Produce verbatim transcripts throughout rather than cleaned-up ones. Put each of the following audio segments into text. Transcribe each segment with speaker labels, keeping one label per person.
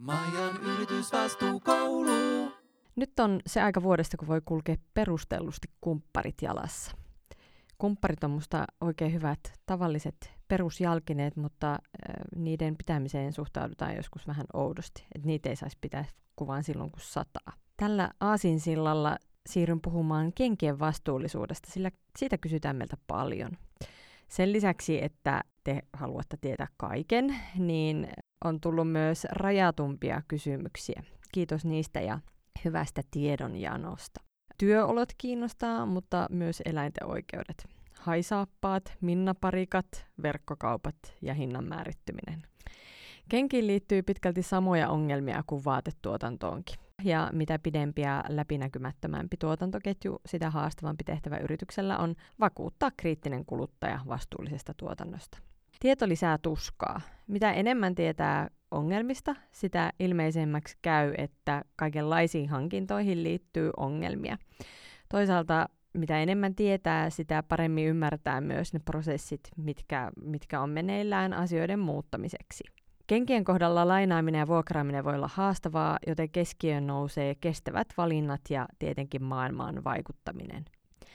Speaker 1: Maijan yritysvastuukoulu.
Speaker 2: Nyt on se aika vuodesta, kun voi kulkea perustellusti kumpparit jalassa. Kumpparit on musta oikein hyvät tavalliset perusjalkineet, mutta äh, niiden pitämiseen suhtaudutaan joskus vähän oudosti. Et niitä ei saisi pitää kuvaan silloin, kun sataa. Tällä aasinsillalla siirryn puhumaan kenkien vastuullisuudesta, sillä siitä kysytään meiltä paljon. Sen lisäksi, että te haluatte tietää kaiken, niin on tullut myös rajatumpia kysymyksiä. Kiitos niistä ja hyvästä tiedonjanosta. Työolot kiinnostaa, mutta myös eläinten oikeudet. Haisaappaat, minnaparikat, verkkokaupat ja hinnan määrittyminen. Kenkiin liittyy pitkälti samoja ongelmia kuin vaatetuotantoonkin. Ja mitä pidempi ja läpinäkymättömämpi tuotantoketju, sitä haastavampi tehtävä yrityksellä on vakuuttaa kriittinen kuluttaja vastuullisesta tuotannosta. Tieto lisää tuskaa. Mitä enemmän tietää ongelmista, sitä ilmeisemmäksi käy, että kaikenlaisiin hankintoihin liittyy ongelmia. Toisaalta mitä enemmän tietää, sitä paremmin ymmärtää myös ne prosessit, mitkä, mitkä on meneillään asioiden muuttamiseksi. Kenkien kohdalla lainaaminen ja vuokraaminen voi olla haastavaa, joten keskiöön nousee kestävät valinnat ja tietenkin maailmaan vaikuttaminen.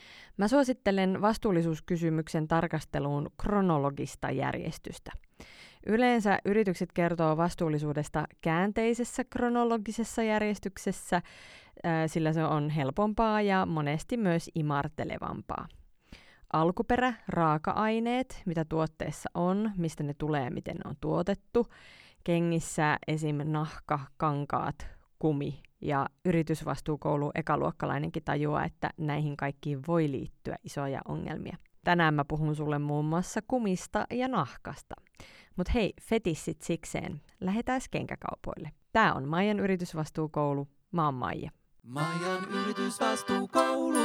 Speaker 2: Mä suosittelen vastuullisuuskysymyksen tarkasteluun kronologista järjestystä. Yleensä yritykset kertoo vastuullisuudesta käänteisessä kronologisessa järjestyksessä, sillä se on helpompaa ja monesti myös imartelevampaa. Alkuperä, raaka-aineet, mitä tuotteessa on, mistä ne tulee ja miten ne on tuotettu. Kengissä esim. Nahka, kankaat, kumi ja yritysvastuukoulu ekaluokkalainenkin tajuaa, että näihin kaikkiin voi liittyä isoja ongelmia. Tänään mä puhun sulle muun muassa kumista ja nahkasta. Mut hei, fetissit sikseen. Lähetään kenkäkaupoille. Tää on Maijan yritysvastuukoulu. Mä oon Maija.
Speaker 1: Maijan yritysvastuukoulu.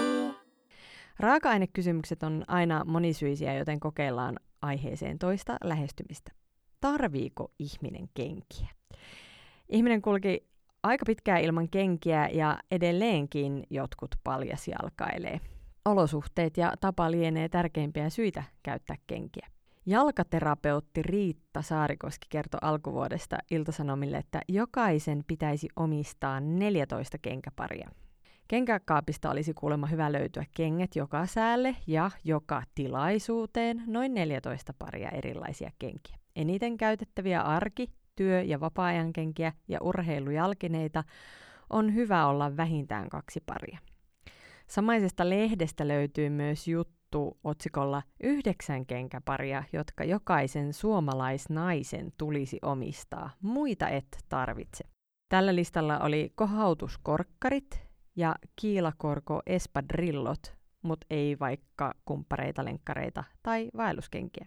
Speaker 2: Raaka-ainekysymykset on aina monisyisiä, joten kokeillaan aiheeseen toista lähestymistä. Tarviiko ihminen kenkiä? Ihminen kulki aika pitkään ilman kenkiä ja edelleenkin jotkut paljasjalkailee. Olosuhteet ja tapa lienee tärkeimpiä syitä käyttää kenkiä. Jalkaterapeutti Riitta Saarikoski kertoi alkuvuodesta Ilta-Sanomille, että jokaisen pitäisi omistaa neljätoista kenkäparia. Kenkäkaapista olisi kuulemma hyvä löytyä kengät joka säälle ja joka tilaisuuteen noin neljätoista paria erilaisia kenkiä. Eniten käytettäviä arki-, työ- ja vapaa-ajan kenkiä ja urheilujalkineita on hyvä olla vähintään kaksi paria. Samaisesta lehdestä löytyy myös juttu otsikolla yhdeksän kenkäparia, jotka jokaisen suomalaisnaisen tulisi omistaa. Muita et tarvitse. Tällä listalla oli kohautuskorkkarit ja kiilakorko espadrillot, mutta ei vaikka kumppareita, lenkkareita tai vaelluskenkiä.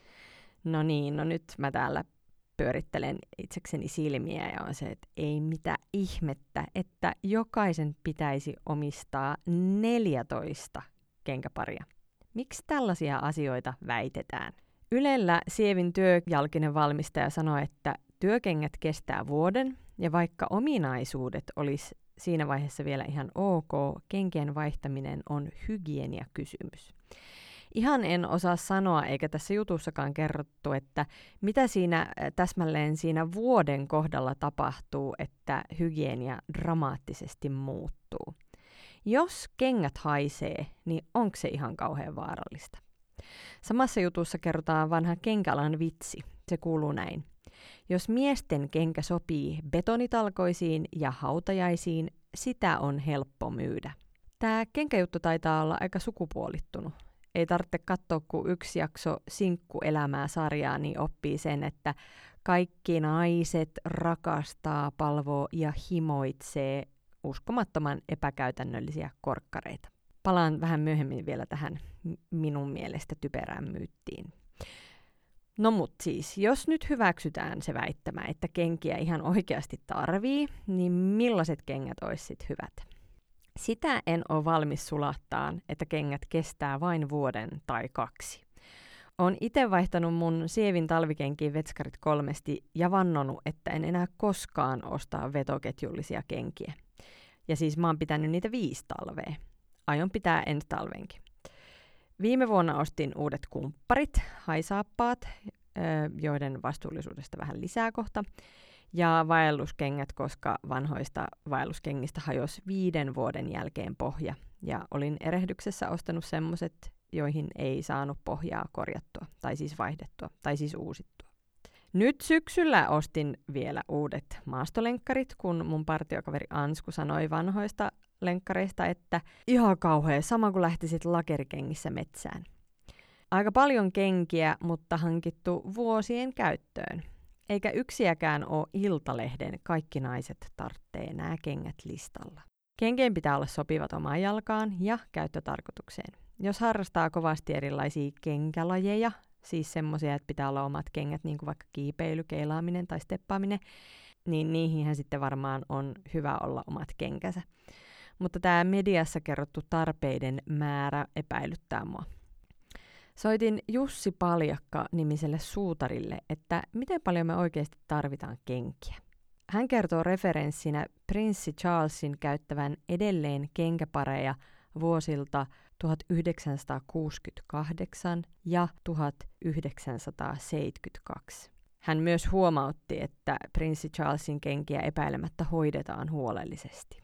Speaker 2: No niin, no nyt mä täällä pyörittelen itsekseni silmiä ja on se, että ei mitä ihmettä, että jokaisen pitäisi omistaa neljätoista kenkäparia. Miksi tällaisia asioita väitetään? Ylellä Sievin työjalkinen valmistaja sanoi, että työkengät kestää vuoden ja vaikka ominaisuudet olisi siinä vaiheessa vielä ihan ok, kenkien vaihtaminen on hygieniakysymys. Ihan en osaa sanoa, eikä tässä jutussakaan kerrottu, että mitä siinä täsmälleen siinä vuoden kohdalla tapahtuu, että hygienia dramaattisesti muuttuu. Jos kengät haisee, niin onko se ihan kauhean vaarallista? Samassa jutussa kerrotaan vanha kenkäalan vitsi. Se kuuluu näin. Jos miesten kenkä sopii betonitalkoisiin ja hautajaisiin, sitä on helppo myydä. Tämä kenkäjuttu taitaa olla aika sukupuolittunut. Ei tarvitse katsoa, kun yksi jakso Sinkkuelämää sarjaa, niin oppii sen, että kaikki naiset rakastaa, palvoo ja himoitsee uskomattoman epäkäytännöllisiä korkkareita. Palaan vähän myöhemmin vielä tähän minun mielestä typerään myyttiin. No mut siis, jos nyt hyväksytään se väittämä, että kenkiä ihan oikeasti tarvii, niin millaiset kengät olisi sit hyvät? Sitä en ole valmis sulattaan, että kengät kestää vain vuoden tai kaksi. Olen itse vaihtanut mun Sievin talvikenkiin vetskarit kolmesti ja vannonut, että en enää koskaan ostaa vetoketjullisia kenkiä. Ja siis mä oon pitänyt niitä viisi talvea. Aion pitää ensi talvenkin. Viime vuonna ostin uudet kumpparit, haisaappaat, joiden vastuullisuudesta vähän lisää kohta. ja vaelluskengät, koska vanhoista vaelluskengistä hajosi viiden vuoden jälkeen pohja. Ja olin erehdyksessä ostanut semmoset, joihin ei saanut pohjaa korjattua, tai siis vaihdettua, tai siis uusittua. Nyt syksyllä ostin vielä uudet maastolenkkarit, kun mun partiokaveri Ansku sanoi vanhoista lenkkareista, että ihan kauhea, sama kuin lähtisit lakerikengissä metsään. Aika paljon kenkiä, mutta hankittu vuosien käyttöön. Eikä yksiäkään ole Iltalehden kaikki naiset tarttee nämä kengät listalla. Kenkien pitää olla sopivat omaan jalkaan ja käyttötarkoitukseen. Jos harrastaa kovasti erilaisia kenkälajeja, siis semmoisia, että pitää olla omat kengät, niin kuin vaikka kiipeily, keilaaminen tai steppaaminen, niin niihinhän sitten varmaan on hyvä olla omat kenkänsä. Mutta tämä mediassa kerrottu tarpeiden määrä epäilyttää mua. Soitin Jussi Paljakka-nimiselle suutarille, että miten paljon me oikeasti tarvitaan kenkiä. Hän kertoo referenssinä prinssi Charlesin käyttävän edelleen kenkäpareja vuosilta tuhatyhdeksänsataakuusikymmentäkahdeksan ja tuhatyhdeksänsataaseitsemänkymmentäkaksi. Hän myös huomautti, että prinssi Charlesin kenkiä epäilemättä hoidetaan huolellisesti.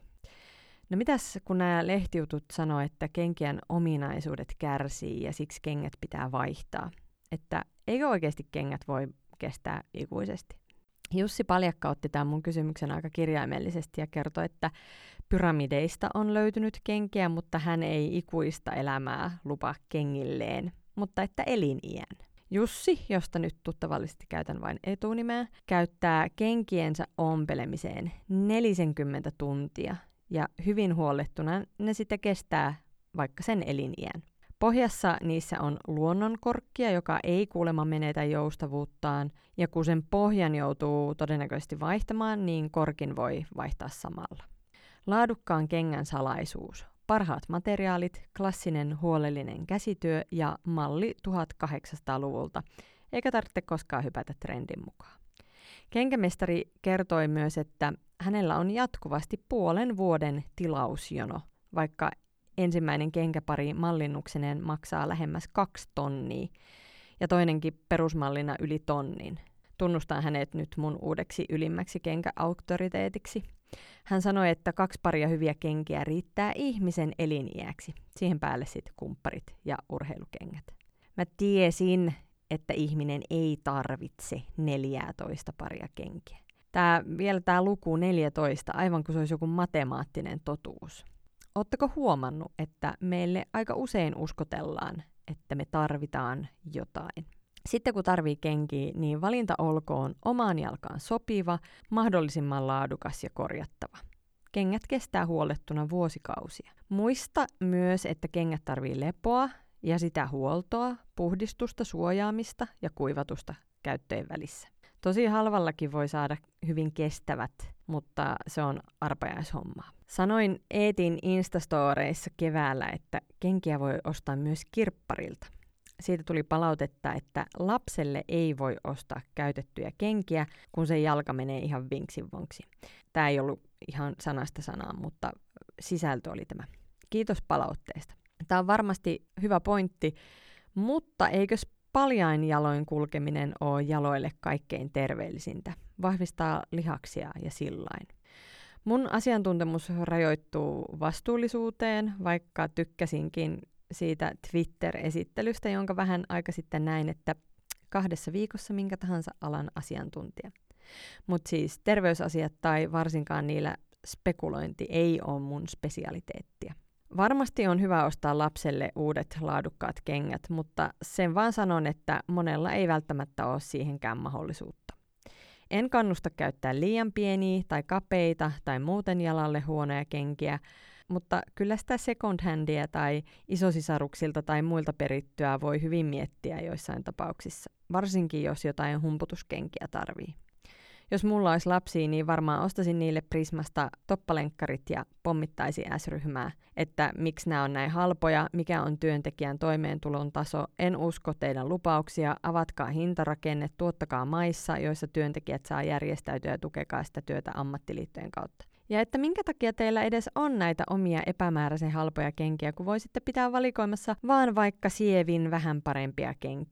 Speaker 2: No mitäs kun nämä lehtijutut sanoo, että kenkien ominaisuudet kärsii ja siksi kengät pitää vaihtaa? Että eikö oikeasti kengät voi kestää ikuisesti? Jussi Paljakka otti tämän mun kysymyksen aika kirjaimellisesti ja kertoi, että pyramideista on löytynyt kenkiä, mutta hän ei ikuista elämää lupaa kengilleen, mutta että eliniän. Jussi, josta nyt tuttavallisesti käytän vain etunimeä, käyttää kenkiensä ompelemiseen neljäkymmentä tuntia ja hyvin huollettuna ne sitten kestää vaikka sen eliniän. Pohjassa niissä on luonnonkorkkia, joka ei kuulemma menetä joustavuuttaan, ja kun sen pohjan joutuu todennäköisesti vaihtamaan, niin korkin voi vaihtaa samalla. Laadukkaan kengän salaisuus. Parhaat materiaalit, klassinen huolellinen käsityö ja malli tuhatkahdeksansataaluvulta, eikä tarvitse koskaan hypätä trendin mukaan. Kenkämestari kertoi myös, että hänellä on jatkuvasti puolen vuoden tilausjono, vaikka ensimmäinen kenkäpari mallinnuksineen maksaa lähemmäs kaksi tonnia ja toinenkin perusmallina yli tonnin. Tunnustan hänet nyt mun uudeksi ylimmäksi kenkäauktoriteetiksi. Hän sanoi, että kaksi paria hyviä kenkiä riittää ihmisen eliniäksi. Siihen päälle sitten kumpparit ja urheilukengät. Mä tiesin, että ihminen ei tarvitse neljätoista paria kenkiä. Tää, vielä tämä luku neljätoista, aivan kuin se olisi joku matemaattinen totuus. Ootteko huomannut, että meille aika usein uskotellaan, että me tarvitaan jotain? Sitten kun tarvii kenkiä, niin valinta olkoon omaan jalkaan sopiva, mahdollisimman laadukas ja korjattava. Kengät kestää huollettuna vuosikausia. Muista myös, että kengät tarvii lepoa ja sitä huoltoa, puhdistusta, suojaamista ja kuivatusta käyttöjen välissä. Tosi halvallakin voi saada hyvin kestävät, mutta se on arpajaishommaa. Sanoin Eetin Instastoreissa keväällä, että kenkiä voi ostaa myös kirpparilta. Siitä tuli palautetta, että lapselle ei voi ostaa käytettyjä kenkiä, kun sen jalka menee ihan vinksin vonksi. Tämä ei ollut ihan sanasta sanaan, mutta sisältö oli tämä. Kiitos palautteesta. Tämä on varmasti hyvä pointti, mutta eikös paljain jaloin kulkeminen ole jaloille kaikkein terveellisintä? Vahvistaa lihaksia ja sillain. Mun asiantuntemus rajoittuu vastuullisuuteen, vaikka tykkäsinkin siitä Twitter-esittelystä, jonka vähän aika sitten näin, että kahdessa viikossa minkä tahansa alan asiantuntija. Mutta siis terveysasiat tai varsinkaan niillä spekulointi ei ole mun spesialiteettia. Varmasti on hyvä ostaa lapselle uudet laadukkaat kengät, mutta sen vaan sanon, että monella ei välttämättä ole siihenkään mahdollisuutta. En kannusta käyttää liian pieniä tai kapeita tai muuten jalalle huonoja kenkiä, mutta kyllä sitä second handia tai isosisaruksilta tai muilta perittyä voi hyvin miettiä joissain tapauksissa, varsinkin jos jotain humputuskenkiä tarvii. Jos mulla olisi lapsia, niin varmaan ostaisin niille Prismasta toppalenkkarit ja pommittaisi S-ryhmää, että miksi nämä on näin halpoja, mikä on työntekijän toimeentulon taso, en usko teidän lupauksia, avatkaa hintarakenne, tuottakaa maissa, joissa työntekijät saa järjestäytyä ja tukekaa sitä työtä ammattiliittojen kautta. Ja että minkä takia teillä edes on näitä omia epämääräisen halpoja kenkiä, kun voisitte pitää valikoimassa vaan vaikka sievin vähän parempia kenkiä.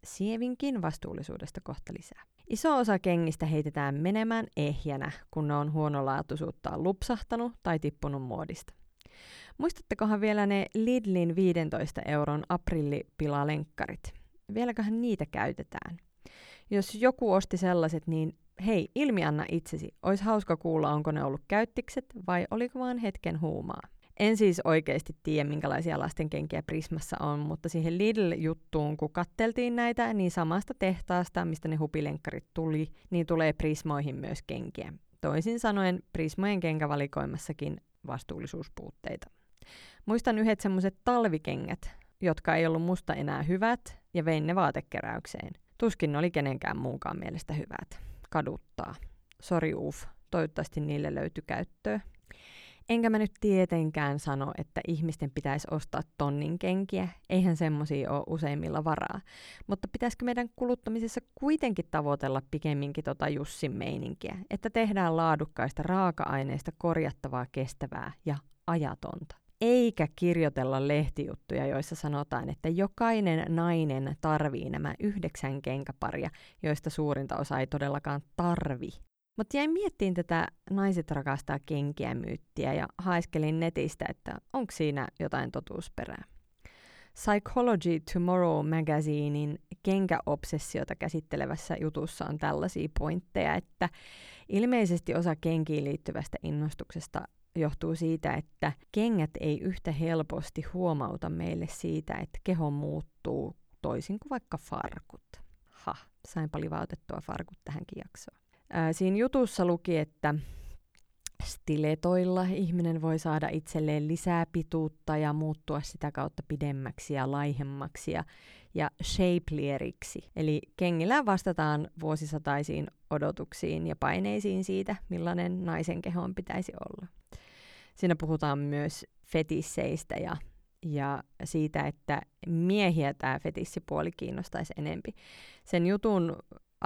Speaker 2: sievinkin vastuullisuudesta kohta lisää. Iso osa kengistä heitetään menemään ehjänä, kun ne on huonolaatuisuuttaan lupsahtanut tai tippunut muodista. Muistattekohan vielä ne Lidlin viidentoista euron aprillipilalenkkarit? Vieläköhän niitä käytetään? Jos joku osti sellaiset, niin hei, ilmianna itsesi. Ois hauska kuulla, onko ne ollut käyttikset vai oliko vaan hetken huumaa. En siis oikeasti tiedä, minkälaisia lastenkenkiä Prismassa on, mutta siihen Lidl-juttuun, kun katteltiin näitä, niin samasta tehtaasta, mistä ne hupilenkkarit tuli, niin tulee Prismoihin myös kenkiä. Toisin sanoen Prismojen kenkävalikoimassakin vastuullisuuspuutteita. Muistan yhdet semmoiset talvikengät, jotka ei ollut musta enää hyvät, ja vein ne vaatekeräykseen. Tuskin ne oli kenenkään muukaan mielestä hyvät. Kaduttaa. Sori uff, toivottavasti niille löytyi käyttöä. Enkä mä nyt tietenkään sano, että ihmisten pitäisi ostaa tonnin kenkiä. Eihän semmosia ole useimmilla varaa. Mutta pitäisikö meidän kuluttamisessa kuitenkin tavoitella pikemminkin tota Jussin meininkiä, että tehdään laadukkaista raaka-aineista korjattavaa, kestävää ja ajatonta. Eikä kirjoitella lehtijuttuja, joissa sanotaan, että jokainen nainen tarvii nämä yhdeksän kenkäparia, joista suurinta osa ei todellakaan tarvi. Mutta jäin miettimään tätä naiset rakastaa kenkiä -myyttiä ja haiskelin netistä, että onko siinä jotain totuusperää. Psychology Tomorrow -magaziinin kenkäobsessiota käsittelevässä jutussa on tällaisia pointteja, että ilmeisesti osa kenkiin liittyvästä innostuksesta johtuu siitä, että kengät ei yhtä helposti huomauta meille siitä, että keho muuttuu toisin kuin vaikka farkut. Ha, sainpa livautettua farkut tähänkin jaksoon. Ää, siinä jutussa luki, että stiletoilla ihminen voi saada itselleen lisää pituutta ja muuttua sitä kautta pidemmäksi ja laihemmaksi ja, ja shapelieriksi. Eli kengillä vastataan vuosisataisiin odotuksiin ja paineisiin siitä, millainen naisen kehon pitäisi olla. Siinä puhutaan myös fetisseistä ja, ja siitä, että miehiä tämä fetissipuoli kiinnostaisi enempi. Sen jutun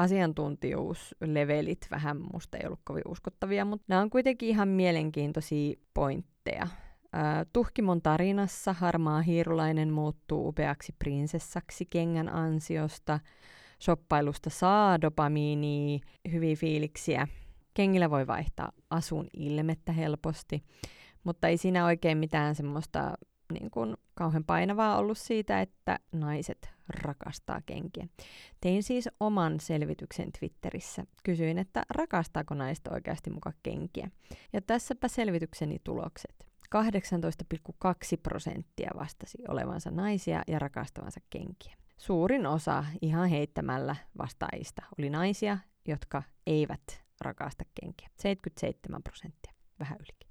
Speaker 2: asiantuntijuuslevelit vähän musta ei ollut kovin uskottavia, mutta nämä on kuitenkin ihan mielenkiintoisia pointteja. Äh, Tuhkimon tarinassa harmaa hiirulainen muuttuu upeaksi prinsessaksi kengän ansiosta. Shoppailusta saa dopamiinia, hyviä fiiliksiä. Kengillä voi vaihtaa asun ilmettä helposti, mutta ei siinä oikein mitään semmoista niin kuin kauhean painavaa ollut siitä, että naiset rakastaa kenkiä. Tein siis oman selvityksen Twitterissä. Kysyin, että rakastaako naiset oikeasti muka kenkiä. Ja tässäpä selvitykseni tulokset. kahdeksantoista pilkku kaksi prosenttia vastasi olevansa naisia ja rakastavansa kenkiä. Suurin osa ihan heittämällä vastaajista oli naisia, jotka eivät rakasta kenkiä. seitsemänkymmentäseitsemän prosenttia, vähän ylikin.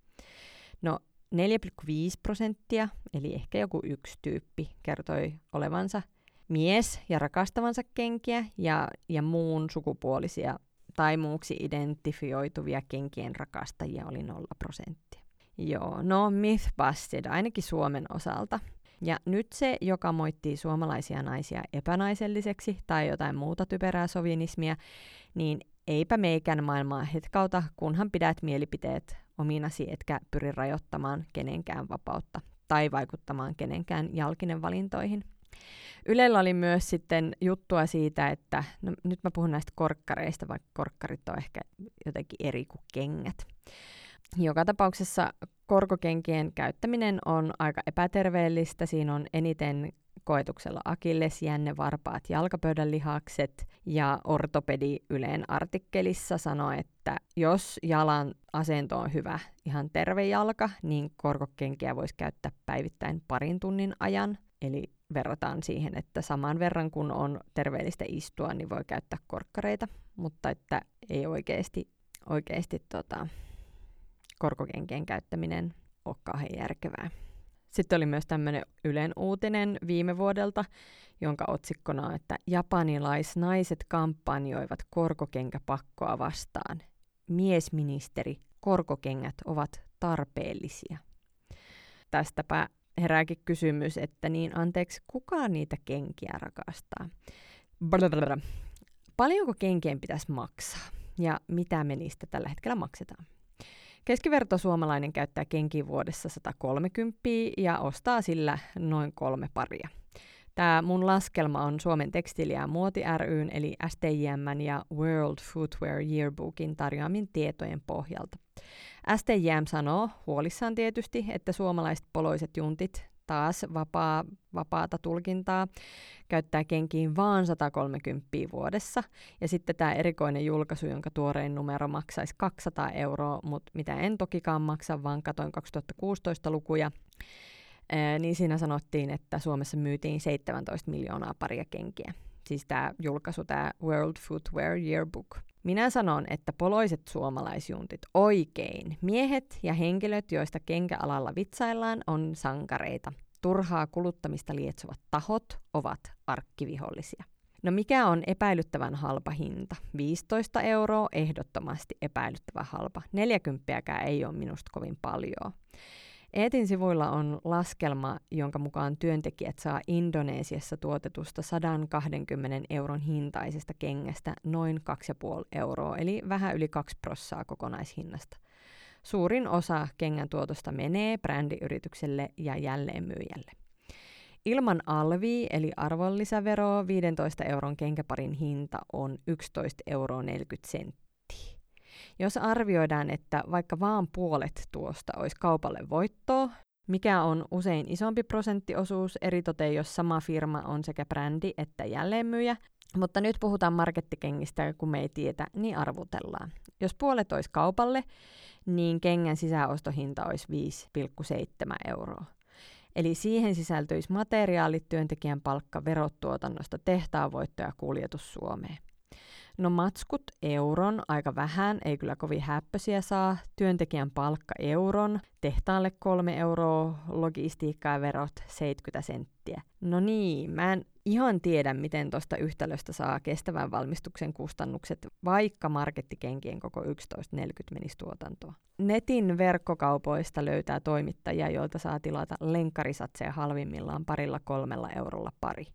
Speaker 2: No neljä pilkku viisi prosenttia, eli ehkä joku yksi tyyppi, kertoi olevansa mies ja rakastavansa kenkiä, ja, ja muun sukupuolisia tai muuksi identifioituvia kenkien rakastajia oli nolla prosenttia. Joo, no myth busted, ainakin Suomen osalta. Ja nyt se, joka moittii suomalaisia naisia epänaiselliseksi tai jotain muuta typerää sovinismia, niin eipä meikään maailmaa hetkauta, kunhan pidät mielipiteet ominasi, etkä pyri rajoittamaan kenenkään vapautta tai vaikuttamaan kenenkään jalkinen valintoihin. Ylellä oli myös sitten juttua siitä, että no, nyt mä puhun näistä korkkareista, vaikka korkkarit on ehkä jotenkin eri kuin kengät. Joka tapauksessa korkokenkien käyttäminen on aika epäterveellistä. Siinä on eniten koetuksella akillesjänne, varpaat jalkapöydän lihakset, ja ortopedi Ylen artikkelissa sanoi, että jos jalan asento on hyvä, ihan terve jalka, niin korkokenkiä voisi käyttää päivittäin parin tunnin ajan. Eli verrataan siihen, että saman verran kun on terveellistä istua, niin voi käyttää korkkareita, mutta että ei oikeasti, oikeasti tota, korkokenkien käyttäminen ole kauhean järkevää. Sitten oli myös tämmöinen Ylen uutinen viime vuodelta, jonka otsikkona on, että japanilaisnaiset kampanjoivat korkokenkäpakkoa vastaan. Miesministeri, korkokengät ovat tarpeellisia. Tästäpä herääkin kysymys, että niin anteeksi, kuka niitä kenkiä rakastaa? Blablabla. Paljonko kenkien pitäisi maksaa ja mitä me niistä tällä hetkellä maksetaan? Keskiverto suomalainen käyttää kenkiä vuodessa sata kolmekymmentä ja ostaa sillä noin kolme paria. Tämä mun laskelma on Suomen tekstiili- ja muoti ry:n eli S T J M:n ja World Footwear Yearbookin tarjoamin tietojen pohjalta. S T J M sanoo huolissaan tietysti, että suomalaiset poloiset juntit, taas vapaa, vapaata tulkintaa, käyttää kenkiin vaan sata kolmekymmentä vuodessa. Ja sitten tämä erikoinen julkaisu, jonka tuorein numero maksaisi kaksisataa euroa, mutta mitä en tokikaan maksa, vaan katoin kaksituhattakuusitoista lukuja. Ää, niin siinä sanottiin, että Suomessa myytiin seitsemäntoista miljoonaa paria kenkiä. Siis tämä julkaisu, tämä World Footwear Yearbook. Minä sanon, että poloiset suomalaisjuntit oikein. Miehet ja henkilöt, joista kenkäalalla vitsaillaan, on sankareita. Turhaa kuluttamista lietsovat tahot ovat arkkivihollisia. No mikä on epäilyttävän halpa hinta? viisitoista euroa ehdottomasti epäilyttävän halpa. neljäkymppiäkään ei ole minusta kovin paljon. Eetin sivuilla on laskelma, jonka mukaan työntekijät saa Indonesiassa tuotetusta sata kaksikymmentä euron hintaisesta kengästä noin kaksi pilkku viisi euroa, eli vähän yli kaksi prosenttia kokonaishinnasta. Suurin osa kengän tuotosta menee brändiyritykselle ja jälleenmyyjälle. Ilman alvia eli arvonlisäveroa viisitoista euron kenkäparin hinta on yksitoista euroa neljäkymmentä senttiä. Jos arvioidaan, että vaikka vaan puolet tuosta olisi kaupalle voittoa, mikä on usein isompi prosenttiosuus, eritoten jos sama firma on sekä brändi että jälleenmyyjä, mutta nyt puhutaan markettikengistä, kun me ei tiedä, niin arvutellaan. Jos puolet olisi kaupalle, niin kengän sisäostohinta olisi viisi pilkku seitsemän euroa. Eli siihen sisältyisi materiaalit, työntekijän palkka, verot tuotannosta, tehtaanvoitto ja kuljetus Suomeen. No matskut euron, aika vähän, ei kyllä kovin häppösiä saa, työntekijän palkka euron, tehtaalle kolme euroa, logistiikka ja verot seitsemänkymmentä senttiä. No niin, mä en ihan tiedä, miten tuosta yhtälöstä saa kestävän valmistuksen kustannukset, vaikka markettikenkien koko yksitoista neljäkymmentä menisi tuotantoa. Netin verkkokaupoista löytää toimittajia, joilta saa tilata lenkkarisatseja halvimmillaan parilla kolmella eurolla pari.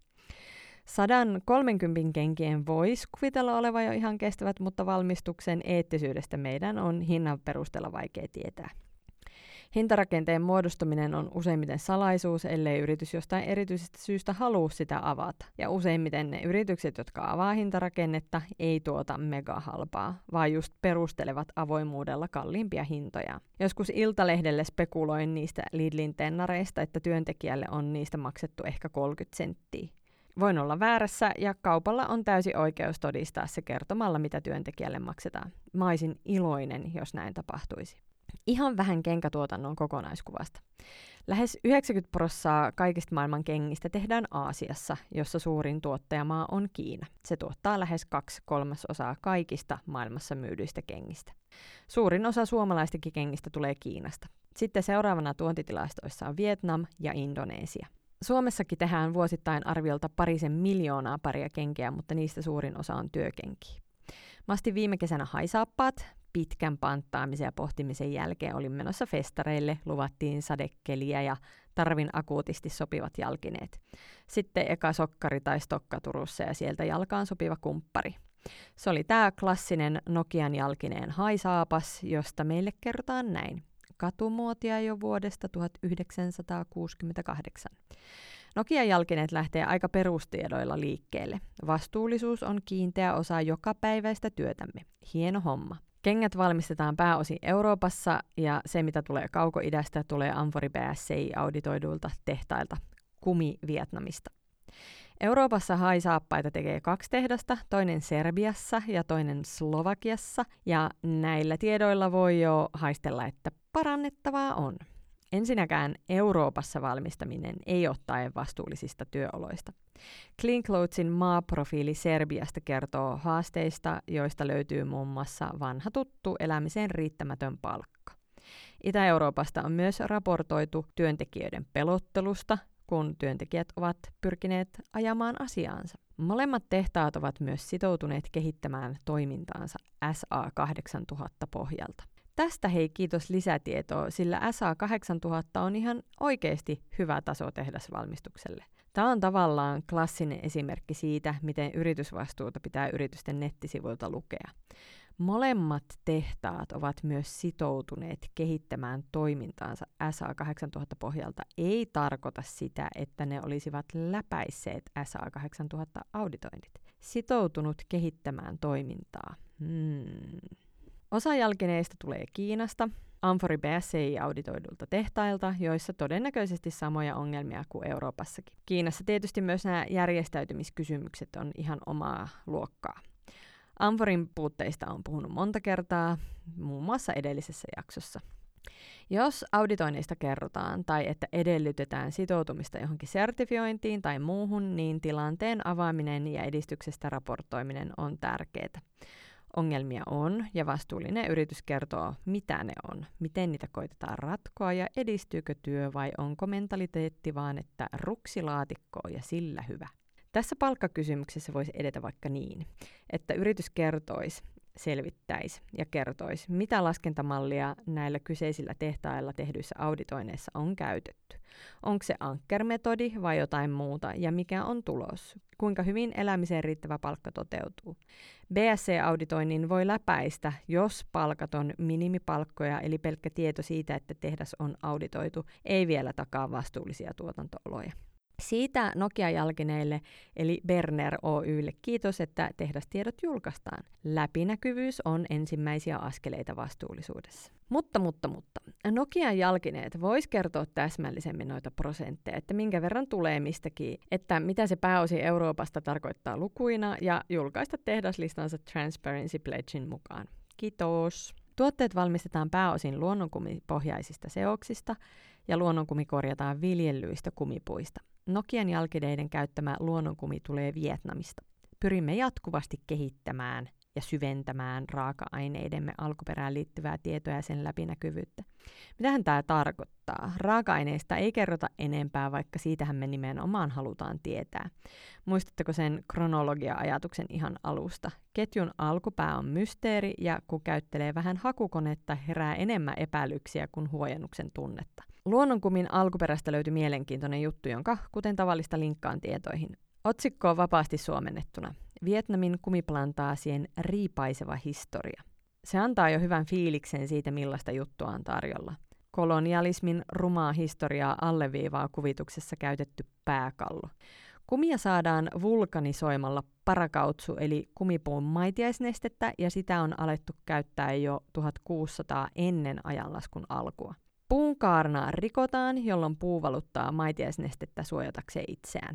Speaker 2: sata kolmekymmentä kenkien voisi kuvitella olevan jo ihan kestävät, mutta valmistuksen eettisyydestä meidän on hinnan perusteella vaikea tietää. Hintarakenteen muodostuminen on useimmiten salaisuus, ellei yritys jostain erityisestä syystä halua sitä avata. Ja useimmiten ne yritykset, jotka avaa hintarakennetta, ei tuota megahalpaa, vaan just perustelevat avoimuudella kalliimpia hintoja. Joskus Iltalehdelle spekuloin niistä Lidlin tennareista, että työntekijälle on niistä maksettu ehkä kolmekymmentä senttiä. Voin olla väärässä ja kaupalla on täysi oikeus todistaa se kertomalla, mitä työntekijälle maksetaan. Mä olisin iloinen, jos näin tapahtuisi. Ihan vähän kenkätuotannon kokonaiskuvasta. Lähes yhdeksänkymmentä prosenttia kaikista maailman kengistä tehdään Aasiassa, jossa suurin tuottajamaa on Kiina. Se tuottaa lähes kaksi kolmasosaa kaikista maailmassa myydyistä kengistä. Suurin osa suomalaistakin kengistä tulee Kiinasta. Sitten seuraavana tuontitilastoissa on Vietnam ja Indonesia. Suomessakin tehdään vuosittain arviolta parisen miljoonaa paria kenkiä, mutta niistä suurin osa on työkenkiä. Mä ostin viime kesänä haisaappaat. Pitkän panttaamisen ja pohtimisen jälkeen olin menossa festareille, luvattiin sadekeliä ja tarvin akuutisti sopivat jalkineet. Sitten eka sokkari tai stokka Turussa ja sieltä jalkaan sopiva kumppari. Se oli tää klassinen Nokian jalkineen haisaapas, josta meille kerrotaan näin. Katumuotia jo vuodesta tuhatyhdeksänsataakuusikymmentäkahdeksan. Nokian jalkineet lähtee aika perustiedoilla liikkeelle. Vastuullisuus on kiinteä osa jokapäiväistä työtämme. Hieno homma. Kengät valmistetaan pääosin Euroopassa ja se, mitä tulee Kauko-idästä, tulee Amfori B S C I-auditoidulta tehtailta, Kumi Vietnamista. Euroopassa haisaappaita tekee kaksi tehdasta, toinen Serbiassa ja toinen Slovakiassa, ja näillä tiedoilla voi jo haistella, että parannettavaa on. Ensinnäkään Euroopassa valmistaminen ei ole tae vastuullisista työoloista. Clean Clothesin maaprofiili Serbiasta kertoo haasteista, joista löytyy muun muassa vanha tuttu elämiseen riittämätön palkka. Itä-Euroopasta on myös raportoitu työntekijöiden pelottelusta, kun työntekijät ovat pyrkineet ajamaan asiaansa. Molemmat tehtaat ovat myös sitoutuneet kehittämään toimintaansa S A kahdeksantuhatta pohjalta. Tästä hei kiitos lisätietoa, sillä S A kahdeksantuhatta on ihan oikeasti hyvä taso tehdasvalmistukselle. Tämä on tavallaan klassinen esimerkki siitä, miten yritysvastuuta pitää yritysten nettisivuilta lukea. Molemmat tehtaat ovat myös sitoutuneet kehittämään toimintaansa S A kahdeksantuhatta pohjalta. Ei tarkoita sitä, että ne olisivat läpäisseet S A kahdeksantuhatta auditoinnit. Sitoutunut kehittämään toimintaa. Hmm. Osa jalkineista tulee Kiinasta, Amfori B S C I-auditoidulta tehtailta, joissa todennäköisesti samoja ongelmia kuin Euroopassakin. Kiinassa tietysti myös nämä järjestäytymiskysymykset on ihan omaa luokkaa. Amforin puutteista on puhunut monta kertaa, muun muassa edellisessä jaksossa. Jos auditoinneista kerrotaan tai että edellytetään sitoutumista johonkin sertifiointiin tai muuhun, niin tilanteen avaaminen ja edistyksestä raportoiminen on tärkeää. Ongelmia on ja vastuullinen yritys kertoo, mitä ne on, miten niitä koitetaan ratkoa ja edistyykö työ vai onko mentaliteetti vaan, että ruksilaatikkoa ja sillä hyvä. Tässä palkkakysymyksessä voisi edetä vaikka niin, että yritys kertoisi, selvittäisi ja kertoisi, mitä laskentamallia näillä kyseisillä tehtailla tehdyissä auditoinneissa on käytetty. Onko se Anker-metodi vai jotain muuta ja mikä on tulos? Kuinka hyvin elämiseen riittävä palkka toteutuu? B S C-auditoinnin voi läpäistä, jos palkat on minimipalkkoja, eli pelkkä tieto siitä, että tehdas on auditoitu, ei vielä takaa vastuullisia tuotanto-oloja. Siitä Nokia-jalkineille eli Berner Oy:lle kiitos, että tehdastiedot julkaistaan. Läpinäkyvyys on ensimmäisiä askeleita vastuullisuudessa. Mutta, mutta, mutta. Nokian jalkineet vois kertoa täsmällisemmin noita prosentteja, että minkä verran tulee mistäkin, että mitä se pääosin Euroopasta tarkoittaa lukuina ja julkaista tehdaslistansa Transparency Pledgein mukaan. Kiitos. Tuotteet valmistetaan pääosin luonnonkumipohjaisista seoksista ja luonnonkumi korjataan viljellyistä kumipuista. Nokian jalkineiden käyttämä luonnonkumi tulee Vietnamista. Pyrimme jatkuvasti kehittämään ja syventämään raaka-aineidemme alkuperään liittyvää tietoa ja sen läpinäkyvyyttä. Mitähän tämä tarkoittaa? Raaka-aineista ei kerrota enempää, vaikka siitähän me nimenomaan halutaan tietää. Muistatteko sen kronologia-ajatuksen ihan alusta? Ketjun alkupää on mysteeri ja kun käyttelee vähän hakukonetta, herää enemmän epäilyksiä kuin huojennuksen tunnetta. Luonnonkumin alkuperästä löytyi mielenkiintoinen juttu, jonka kuten tavallista linkkaan tietoihin. Otsikko on vapaasti suomennettuna. Vietnamin kumiplantaasien riipaiseva historia. Se antaa jo hyvän fiiliksen siitä, millaista juttua on tarjolla. Kolonialismin rumaa historiaa alleviivaa kuvituksessa käytetty pääkallo. Kumia saadaan vulkanisoimalla parakautsu eli kumipuun maitiaisnestettä ja sitä on alettu käyttää jo tuhatkuusisataa ennen ajanlaskun alkua. Puun kaarnaa rikotaan, jolloin puu valuttaa maitiaisnestettä suojatakseen itseään.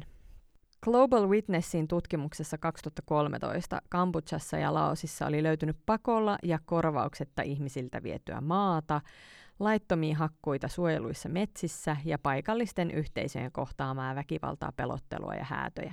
Speaker 2: Global Witnessin tutkimuksessa kaksituhattakolmetoista Kambodžassa ja Laosissa oli löytynyt pakolla ja korvauksetta ihmisiltä vietyä maata, laittomia hakkuita suojeluissa metsissä ja paikallisten yhteisöjen kohtaamaa väkivaltaa, pelottelua ja häätöjä.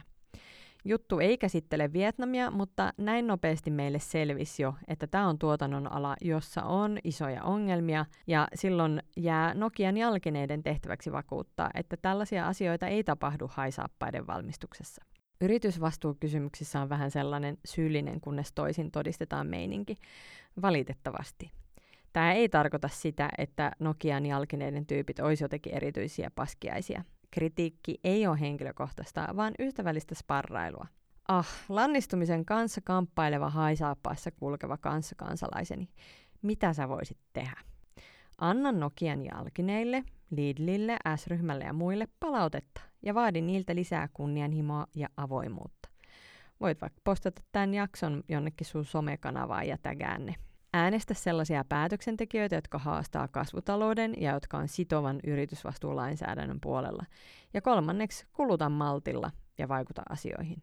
Speaker 2: Juttu ei käsittele Vietnamia, mutta näin nopeasti meille selvisi jo, että tämä on tuotannon ala, jossa on isoja ongelmia, ja silloin jää Nokian jalkineiden tehtäväksi vakuuttaa, että tällaisia asioita ei tapahdu haisaappaiden valmistuksessa. Yritysvastuukysymyksissä on vähän sellainen syyllinen, kunnes toisin todistetaan meininki. Valitettavasti. Tämä ei tarkoita sitä, että Nokian jalkineiden tyypit olisi jotenkin erityisiä paskiaisia. Kritiikki ei ole henkilökohtaista, vaan ystävällistä sparrailua. Ah, lannistumisen kanssa kamppaileva haisaappaassa kulkeva kanssakansalaiseni. Mitä sä voisit tehdä? Anna Nokian jalkineille, Lidlille, S-ryhmälle ja muille palautetta ja vaadi niiltä lisää kunnianhimoa ja avoimuutta. Voit vaikka postata tämän jakson jonnekin sun somekanavaan ja tägää ne. Äänestä sellaisia päätöksentekijöitä, jotka haastaa kasvutalouden ja jotka on sitovan yritysvastuulainsäädännön puolella. Ja kolmanneksi, kuluta maltilla ja vaikuta asioihin.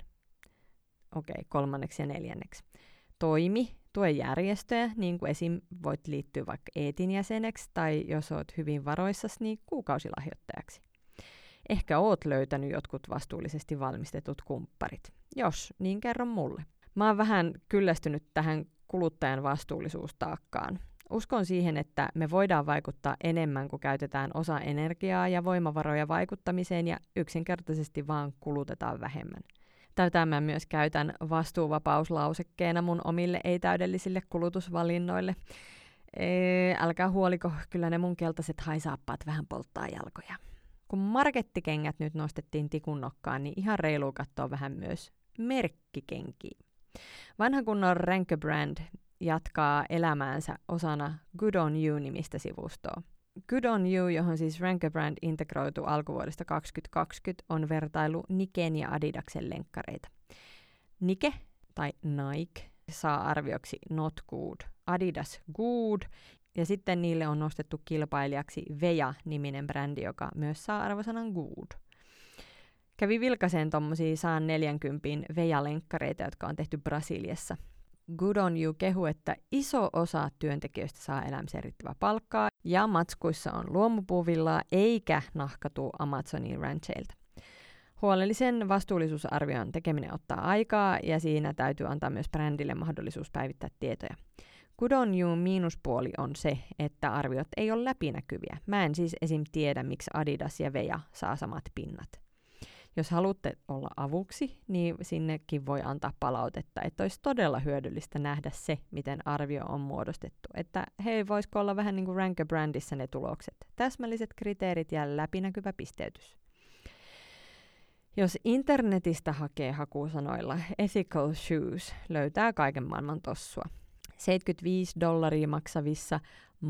Speaker 2: Okei, kolmanneksi ja neljänneksi. Toimi, tue järjestöjä, niin kuin esim. Voit liittyä vaikka Eetin jäseneksi tai jos oot hyvin varoissasi, niin kuukausilahjoittajaksi. Ehkä oot löytänyt jotkut vastuullisesti valmistetut kumpparit. Jos, niin kerro mulle. Mä oon vähän kyllästynyt tähän kuluttajan vastuullisuustaakkaan. Uskon siihen, että me voidaan vaikuttaa enemmän, kun käytetään osa energiaa ja voimavaroja vaikuttamiseen ja yksinkertaisesti vaan kulutetaan vähemmän. Tätä mä myös käytän vastuuvapauslausekkeena mun omille ei-täydellisille kulutusvalinnoille. Ee, älkää huoliko, kyllä ne mun keltaiset haisaappaat vähän polttaa jalkoja. Kun markettikengät nyt nostettiin tikun nokkaan, niin ihan reilu katsoa vähän myös merkkikenkiä. Vanha kunnon Renke Brand, jatkaa elämäänsä osana Good on You-nimistä sivustoa. Good on You, johon siis Ranker Brand integroitu alkuvuodesta kaksituhattakaksikymmentä, on vertailu Niken ja Adidaksen lenkkareita. Nike tai Nike saa arvioksi not good, Adidas good, ja sitten niille on nostettu kilpailijaksi Veja-niminen brändi, joka myös saa arvosanan good. Kävi vilkaiseen tommosia saan neljänkympin Veja-lenkkareita, jotka on tehty Brasiliassa. Good on You kehu, että iso osa työntekijöistä saa elämiseen riittävää palkkaa ja matskuissa on luomupuuvillaa eikä nahkatu Amazonin rancheilta. Huolellisen vastuullisuusarvion tekeminen ottaa aikaa ja siinä täytyy antaa myös brändille mahdollisuus päivittää tietoja. Good on You miinuspuoli on se, että arviot ei ole läpinäkyviä. Mä en siis esim. Tiedä, miksi Adidas ja Veja saa samat pinnat. Jos haluatte olla avuksi, niin sinnekin voi antaa palautetta, että olisi todella hyödyllistä nähdä se, miten arvio on muodostettu. Että hei, voisiko olla vähän niin kuin Ranker Brandissä ne tulokset. Täsmälliset kriteerit ja läpinäkyvä pisteytys. Jos internetistä hakee hakusanoilla ethical shoes, löytää kaiken maailman tossua. seitsemänkymmentäviisi dollaria maksavissa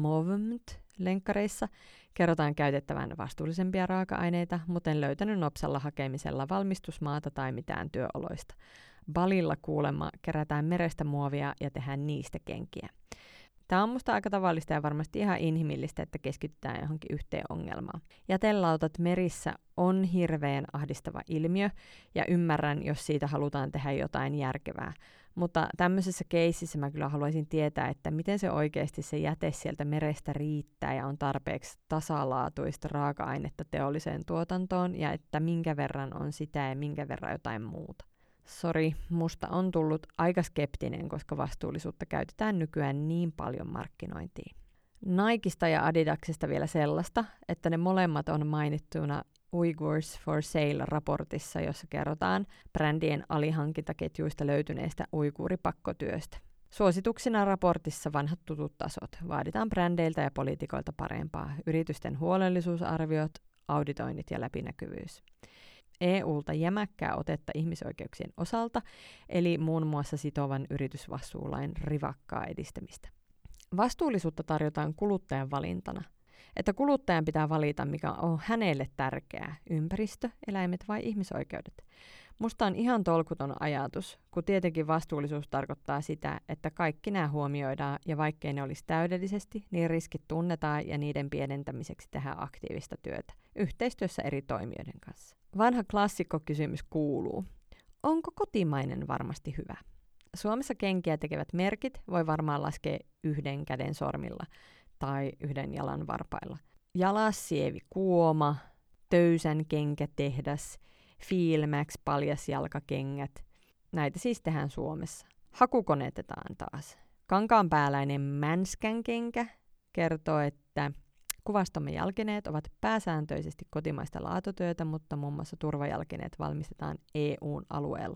Speaker 2: Movement-lenkkareissa kerrotaan käytettävän vastuullisempia raaka-aineita, mutta en löytänyt nopsalla hakemisella valmistusmaata tai mitään työoloista. Balilla kuulemma kerätään merestä muovia ja tehdään niistä kenkiä. Tämä on musta aika tavallista ja varmasti ihan inhimillistä, että keskitytään johonkin yhteen ongelmaan. Jätelautat merissä on hirveän ahdistava ilmiö ja ymmärrän, jos siitä halutaan tehdä jotain järkevää. Mutta tämmöisessä keississä mä kyllä haluaisin tietää, että miten se oikeasti se jäte sieltä merestä riittää ja on tarpeeksi tasalaatuista raaka-ainetta teolliseen tuotantoon ja että minkä verran on sitä ja minkä verran jotain muuta. Sori, musta on tullut aika skeptinen, koska vastuullisuutta käytetään nykyään niin paljon markkinointiin. Nikesta ja Adidaksesta vielä sellaista, että ne molemmat on mainittuna Uyghurs for Sale-raportissa, jossa kerrotaan brändien alihankintaketjuista löytyneestä uiguuripakkotyöstä. Suosituksina raportissa vanhat tutut tasot. Vaaditaan brändeiltä ja poliitikoilta parempaa. Yritysten huolellisuusarviot, auditoinnit ja läpinäkyvyys. E U:lta jämäkkää otetta ihmisoikeuksien osalta, eli muun muassa sitovan yritysvastuulain rivakkaa edistämistä. Vastuullisuutta tarjotaan kuluttajan valintana, että kuluttajan pitää valita, mikä on hänelle tärkeää, ympäristö, eläimet vai ihmisoikeudet. Musta on ihan tolkuton ajatus, kun tietenkin vastuullisuus tarkoittaa sitä, että kaikki nämä huomioidaan ja vaikkei ne olisi täydellisesti, niin riskit tunnetaan ja niiden pienentämiseksi tehdään aktiivista työtä, yhteistyössä eri toimijoiden kanssa. Vanha klassikkokysymys kuuluu, onko kotimainen varmasti hyvä? Suomessa kenkiä tekevät merkit voi varmaan laskea yhden käden sormilla tai yhden jalan varpailla. Jalassievi Kuoma, Töysän kenkätehdas, Fielmax paljasjalkakengät. Näitä siis tehdään Suomessa. Hakukonetetaan taas. Kankaanpääläinen Mänskän kenkä kertoo, että kuvastomme jalkineet ovat pääsääntöisesti kotimaista laatutyötä, mutta muun muassa turvajalkineet valmistetaan E U:n alueella.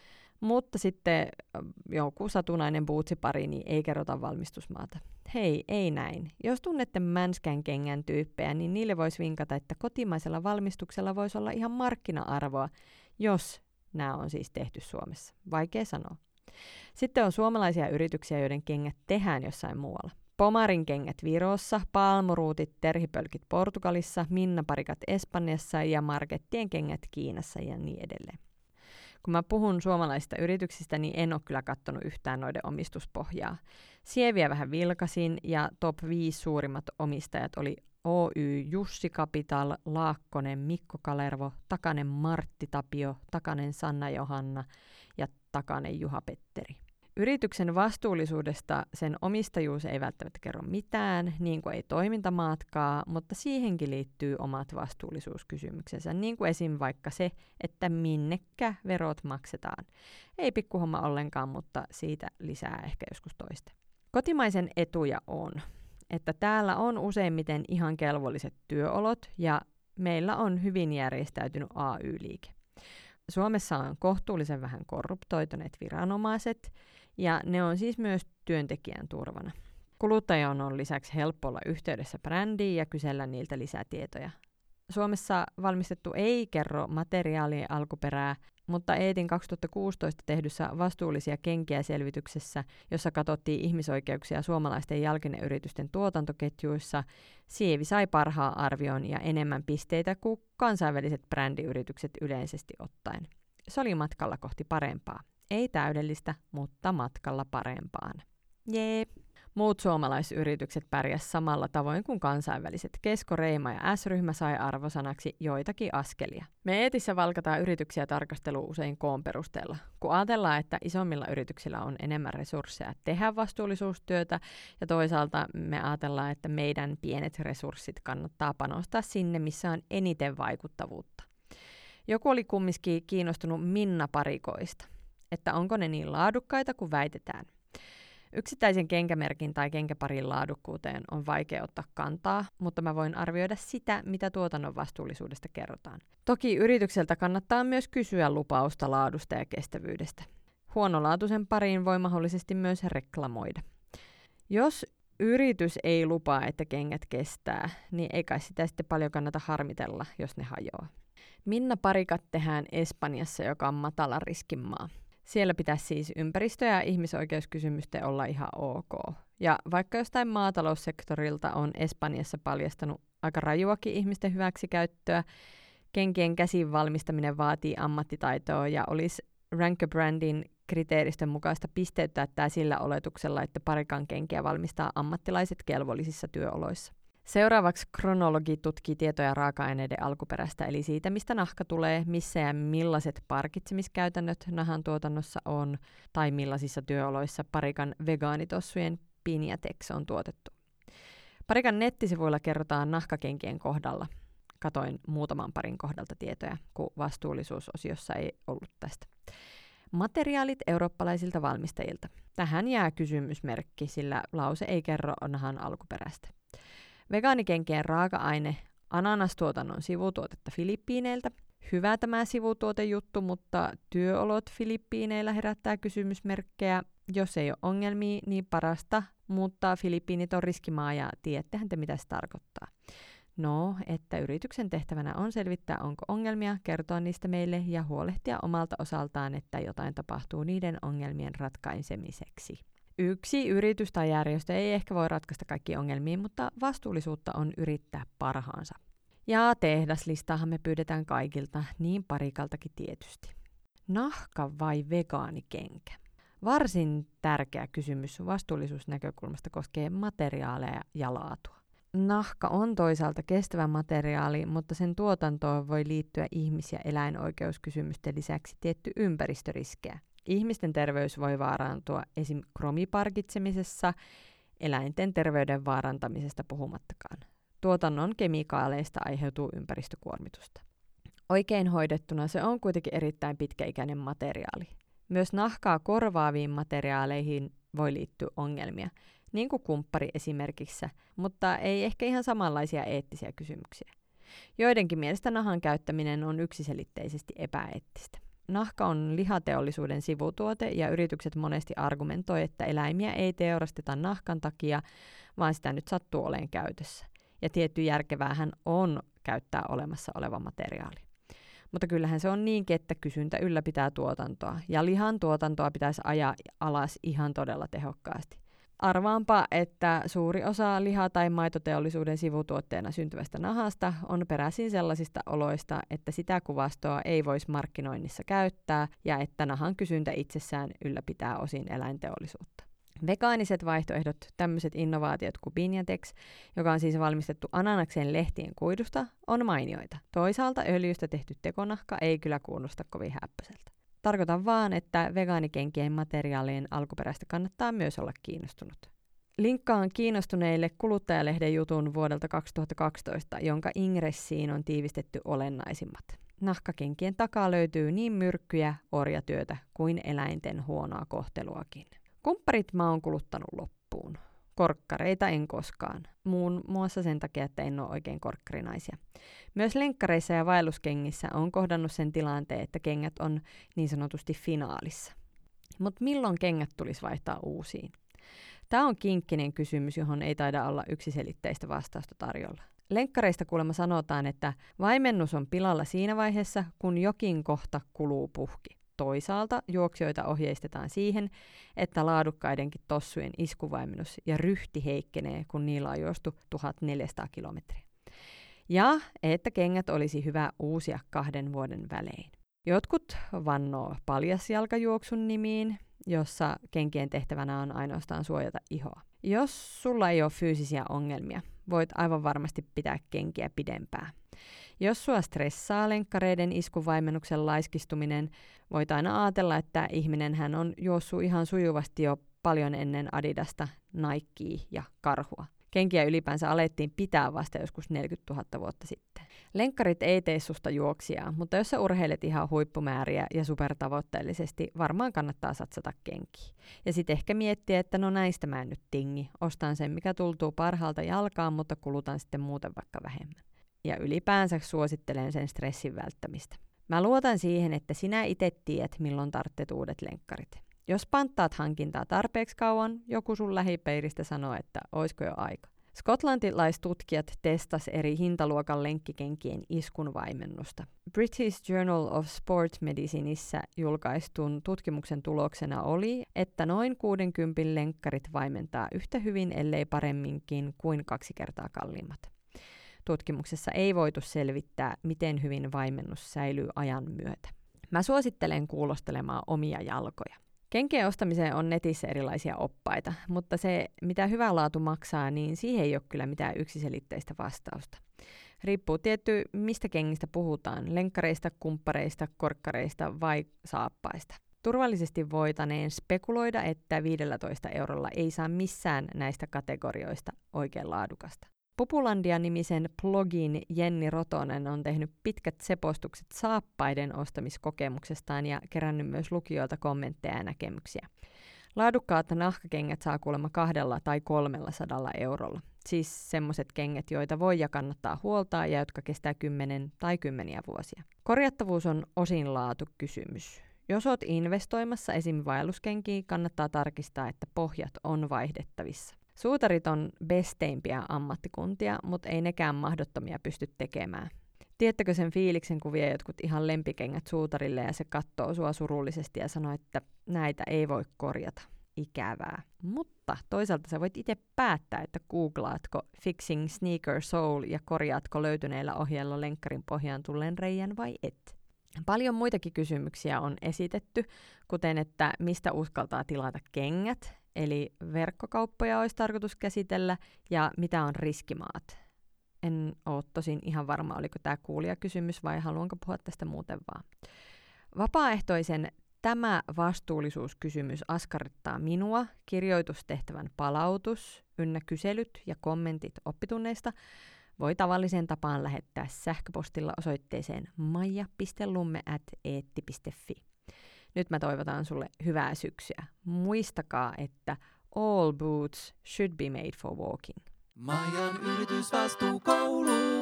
Speaker 2: Mutta sitten joku satunnainen bootsipari niin ei kerrota valmistusmaata. Hei, ei näin. Jos tunnette Mänskän kengän tyyppejä, niin niille voisi vinkata, että kotimaisella valmistuksella voisi olla ihan markkina-arvoa, jos nämä on siis tehty Suomessa. Vaikea sanoa. Sitten on suomalaisia yrityksiä, joiden kengät tehdään jossain muualla. Pomarin kengät Virossa, Palmuruutit, Terhipölkit Portugalissa, Minnaparikat Espanjassa ja Markettien kengät Kiinassa ja niin edelleen. Kun mä puhun suomalaisista yrityksistä, niin en ole kyllä katsonut yhtään noiden omistuspohjaa. Sieviä vähän vilkasin ja top viisi suurimmat omistajat oli Oy Jussi Capital, Laakkonen Mikko Kalervo, Takanen Martti Tapio, Takanen Sanna Johanna ja Takanen Juha Petteri. Yrityksen vastuullisuudesta sen omistajuus ei välttämättä kerro mitään, niin kuin ei toimintamaatkaa, mutta siihenkin liittyy omat vastuullisuuskysymyksensä, niin kuin esim. Vaikka se, että minnekä verot maksetaan. Ei pikkuhomma ollenkaan, mutta siitä lisää ehkä joskus toista. Kotimaisen etuja on, että täällä on useimmiten ihan kelvolliset työolot ja meillä on hyvin järjestäytynyt A Y-liike. Suomessa on kohtuullisen vähän korruptoituneet viranomaiset, ja ne on siis myös työntekijän turvana. Kuluttajan on lisäksi helppo olla yhteydessä brändiin ja kysellä niiltä lisätietoja. Suomessa valmistettu ei kerro materiaalien alkuperää, mutta Eetin kaksituhattakuusitoista tehdyssä vastuullisia kenkiä -selvityksessä, jossa katsottiin ihmisoikeuksia suomalaisten jalkineyritysten tuotantoketjuissa, Sievi sai parhaan arvion ja enemmän pisteitä kuin kansainväliset brändiyritykset yleisesti ottaen. Se oli matkalla kohti parempaa. Ei täydellistä, mutta matkalla parempaan. Jee! Muut suomalaisyritykset pärjäs samalla tavoin kuin kansainväliset. Kesko, Reima ja S-ryhmä sai arvosanaksi joitakin askelia. Me Eetissä valkataan yrityksiä tarkasteluun usein koon perusteella. Kun ajatellaan, että isommilla yrityksillä on enemmän resursseja tehdä vastuullisuustyötä, ja toisaalta me ajatellaan, että meidän pienet resurssit kannattaa panostaa sinne, missä on eniten vaikuttavuutta. Joku oli kumminkin kiinnostunut Minna-parikoista, että onko ne niin laadukkaita kuin väitetään. Yksittäisen kenkämerkin tai kenkäparin laadukkuuteen on vaikea ottaa kantaa, mutta mä voin arvioida sitä, mitä tuotannon vastuullisuudesta kerrotaan. Toki yritykseltä kannattaa myös kysyä lupausta laadusta ja kestävyydestä. Huonolaatuisen pariin voi mahdollisesti myös reklamoida. Jos yritys ei lupaa, että kengät kestää, niin ei kai sitä sitten paljon kannata harmitella, jos ne hajoaa. Minna-parikat tehdään Espanjassa, joka on matalan riskin maa. Siellä pitäisi siis ympäristö- ja ihmisoikeuskysymysten olla ihan ok. Ja vaikka jostain maataloussektorilta on Espanjassa paljastanut aika rajuakin ihmisten hyväksikäyttöä, kenkien käsin valmistaminen vaatii ammattitaitoa ja olisi Ranker Brandin kriteeristön mukaista pisteyttää tämä sillä oletuksella, että parikan kenkiä valmistaa ammattilaiset kelvollisissa työoloissa. Seuraavaksi kronologi tutkii tietoja raaka-aineiden alkuperästä, eli siitä, mistä nahka tulee, missä ja millaiset parkitsemiskäytännöt nahan tuotannossa on, tai millaisissa työoloissa parikan vegaanitossujen Piniatex on tuotettu. Parikan nettisivuilla kerrotaan nahkakenkien kohdalla. Katoin muutaman parin kohdalta tietoja, kun vastuullisuusosiossa ei ollut tästä. Materiaalit eurooppalaisilta valmistajilta. Tähän jää kysymysmerkki, sillä lause ei kerro nahan alkuperästä. Vegaanikenkien raaka-aine, ananastuotannon sivutuotetta Filippiineiltä. Hyvä tämä sivutuotejuttu, mutta työolot Filippiineillä herättää kysymysmerkkejä. Jos ei ole ongelmia, niin parasta, mutta Filippiinit on riskimaa ja tiedättehän te, mitä se tarkoittaa. No, että yrityksen tehtävänä on selvittää, onko ongelmia, kertoa niistä meille ja huolehtia omalta osaltaan, että jotain tapahtuu niiden ongelmien ratkaisemiseksi. Yksi yritys tai järjestö ei ehkä voi ratkaista kaikkia ongelmia, mutta vastuullisuutta on yrittää parhaansa. Ja tehdaslistaahan me pyydetään kaikilta, niin parikaltakin tietysti. Nahka vai vegaanikenkä? Varsin tärkeä kysymys vastuullisuusnäkökulmasta koskee materiaaleja ja laatua. Nahka on toisaalta kestävä materiaali, mutta sen tuotantoon voi liittyä ihmis- ja eläinoikeuskysymysten lisäksi tietty ympäristöriskejä. Ihmisten terveys voi vaarantua esim. Kromiparkitsemisessa, eläinten terveyden vaarantamisesta puhumattakaan. Tuotannon kemikaaleista aiheutuu ympäristökuormitusta. Oikein hoidettuna se on kuitenkin erittäin pitkäikäinen materiaali. Myös nahkaa korvaaviin materiaaleihin voi liittyä ongelmia, niin kuin kumppari esimerkissä, mutta ei ehkä ihan samanlaisia eettisiä kysymyksiä. Joidenkin mielestä nahan käyttäminen on yksiselitteisesti epäeettistä. Nahka on lihateollisuuden sivutuote ja yritykset monesti argumentoi, että eläimiä ei teurasteta nahkan takia, vaan sitä nyt sattuu olemaan käytössä. Ja tietty järkeväähän on käyttää olemassa oleva materiaali. Mutta kyllähän se on niinkin, että kysyntä ylläpitää tuotantoa ja lihan tuotantoa pitäisi ajaa alas ihan todella tehokkaasti. Arvaanpa, että suuri osa liha- tai maitoteollisuuden sivutuotteena syntyvästä nahasta on peräisin sellaisista oloista, että sitä kuvastoa ei voisi markkinoinnissa käyttää ja että nahan kysyntä itsessään ylläpitää osin eläinteollisuutta. Vegaaniset vaihtoehdot, tämmöiset innovaatiot kuin Piniatex, joka on siis valmistettu ananakseen lehtien kuidusta, on mainioita. Toisaalta öljystä tehty tekonahka ei kyllä kuulosta kovin häppöiseltä. Tarkoitan vaan, että vegaanikenkien materiaalien alkuperäistä kannattaa myös olla kiinnostunut. Linkkaan kiinnostuneille Kuluttajalehden jutun vuodelta kaksituhattakaksitoista, jonka ingressiin on tiivistetty olennaisimmat. Nahkakenkien takaa löytyy niin myrkkyjä, orjatyötä kuin eläinten huonoa kohteluakin. Kumpparit mä oon kuluttanut loppuun. Korkkareita en koskaan. Muun muassa sen takia, että en ole oikein korkkarinaisia. Myös lenkkareissa ja vaelluskengissä on kohdannut sen tilanteen, että kengät on niin sanotusti finaalissa. Mutta milloin kengät tulisi vaihtaa uusiin? Tämä on kinkkinen kysymys, johon ei taida olla yksiselitteistä vastausta tarjolla. Lenkkareista kuulemma sanotaan, että vaimennus on pilalla siinä vaiheessa, kun jokin kohta kuluu puhki. Toisaalta juoksijoita ohjeistetaan siihen, että laadukkaidenkin tossujen iskuvaimennus ja ryhti heikkenee, kun niillä on juostu tuhatneljäsataa kilometriä. Ja että kengät olisi hyvä uusia kahden vuoden välein. Jotkut vannoo paljasjalkajuoksun nimiin, jossa kenkien tehtävänä on ainoastaan suojata ihoa. Jos sulla ei ole fyysisiä ongelmia, voit aivan varmasti pitää kenkiä pidempään. Jos sua stressaa lenkkareiden iskuvaimennuksen laiskistuminen, voit aina ajatella, että ihminen hän on juossut ihan sujuvasti jo paljon ennen Adidasta, Nikea ja Karhua. Kenkiä ylipäänsä alettiin pitää vasta joskus neljäkymmentätuhatta vuotta sitten. Lenkkarit ei tee susta juoksijaa, mutta jos sä urheilet ihan huippumääriä ja supertavoitteellisesti, varmaan kannattaa satsata kenkiin. Ja sit ehkä miettiä, että no näistä mä en nyt tingi. Ostan sen, mikä tultuu parhaalta jalkaan, mutta kulutan sitten muuten vaikka vähemmän. Ja ylipäänsä suosittelen sen stressin välttämistä. Mä luotan siihen, että sinä itse tiedät, milloin tarvitset uudet lenkkarit. Jos panttaat hankintaa tarpeeksi kauan, joku sun lähipeiristä sanoo, että oisko jo aika. Skotlantilaistutkijat testas eri hintaluokan lenkkikenkien iskunvaimennusta. British Journal of Sport Medicineissa julkaistun tutkimuksen tuloksena oli, että noin kuusikymmentä lenkkarit vaimentaa yhtä hyvin, ellei paremminkin kuin kaksi kertaa kalliimmat. Tutkimuksessa ei voitu selvittää, miten hyvin vaimennus säilyy ajan myötä. Mä suosittelen kuulostelemaan omia jalkoja. Kenkien ostamiseen on netissä erilaisia oppaita, mutta se, mitä hyvä laatu maksaa, niin siihen ei ole kyllä mitään yksiselitteistä vastausta. Riippuu tietty, mistä kengistä puhutaan, lenkkareista, kumppareista, korkkareista vai saappaista. Turvallisesti voitaneen spekuloida, että viidellätoista eurolla ei saa missään näistä kategorioista oikein laadukasta. Populandia-nimisen blogin Jenni Rotonen on tehnyt pitkät sepostukset saappaiden ostamiskokemuksestaan ja kerännyt myös lukijoilta kommentteja ja näkemyksiä. Laadukkaat nahkakengät saa kuulemma kahdella tai kolmella sadalla eurolla. Siis semmoiset kengät, joita voi ja kannattaa huoltaa ja jotka kestää kymmenen tai kymmeniä vuosia. Korjattavuus on osin laatukysymys. Jos olet investoimassa esim. Vaelluskenkiin, kannattaa tarkistaa, että pohjat on vaihdettavissa. Suutarit on besteimpiä ammattikuntia, mutta ei nekään mahdottomia pysty tekemään. Tiedättekö sen fiiliksen, kun vie jotkut ihan lempikengät suutarille ja se katsoo sua surullisesti ja sanoo, että näitä ei voi korjata. Ikävää. Mutta toisaalta sä voit itse päättää, että googlaatko Fixing Sneaker Sole ja korjaatko löytyneellä ohjeella lenkkarin pohjaan tulleen reijän vai et. Paljon muitakin kysymyksiä on esitetty, kuten että mistä uskaltaa tilata kengät, eli verkkokauppoja olisi tarkoitus käsitellä, ja mitä on riskimaat. En ole tosin ihan varma, oliko tämä kuulijakysymys vai haluanko puhua tästä muuten vaan. Vapaaehtoisen tämä vastuullisuuskysymys askarruttaa minua, kirjoitustehtävän palautus, ynnä kyselyt ja kommentit oppitunneista voi tavalliseen tapaan lähettää sähköpostilla osoitteeseen maija piste lumme at eetti piste fi. Nyt mä toivotan sulle hyvää syksyä. Muistakaa, että all boots should be made for walking.
Speaker 1: Maijan yritysvastuukoulu.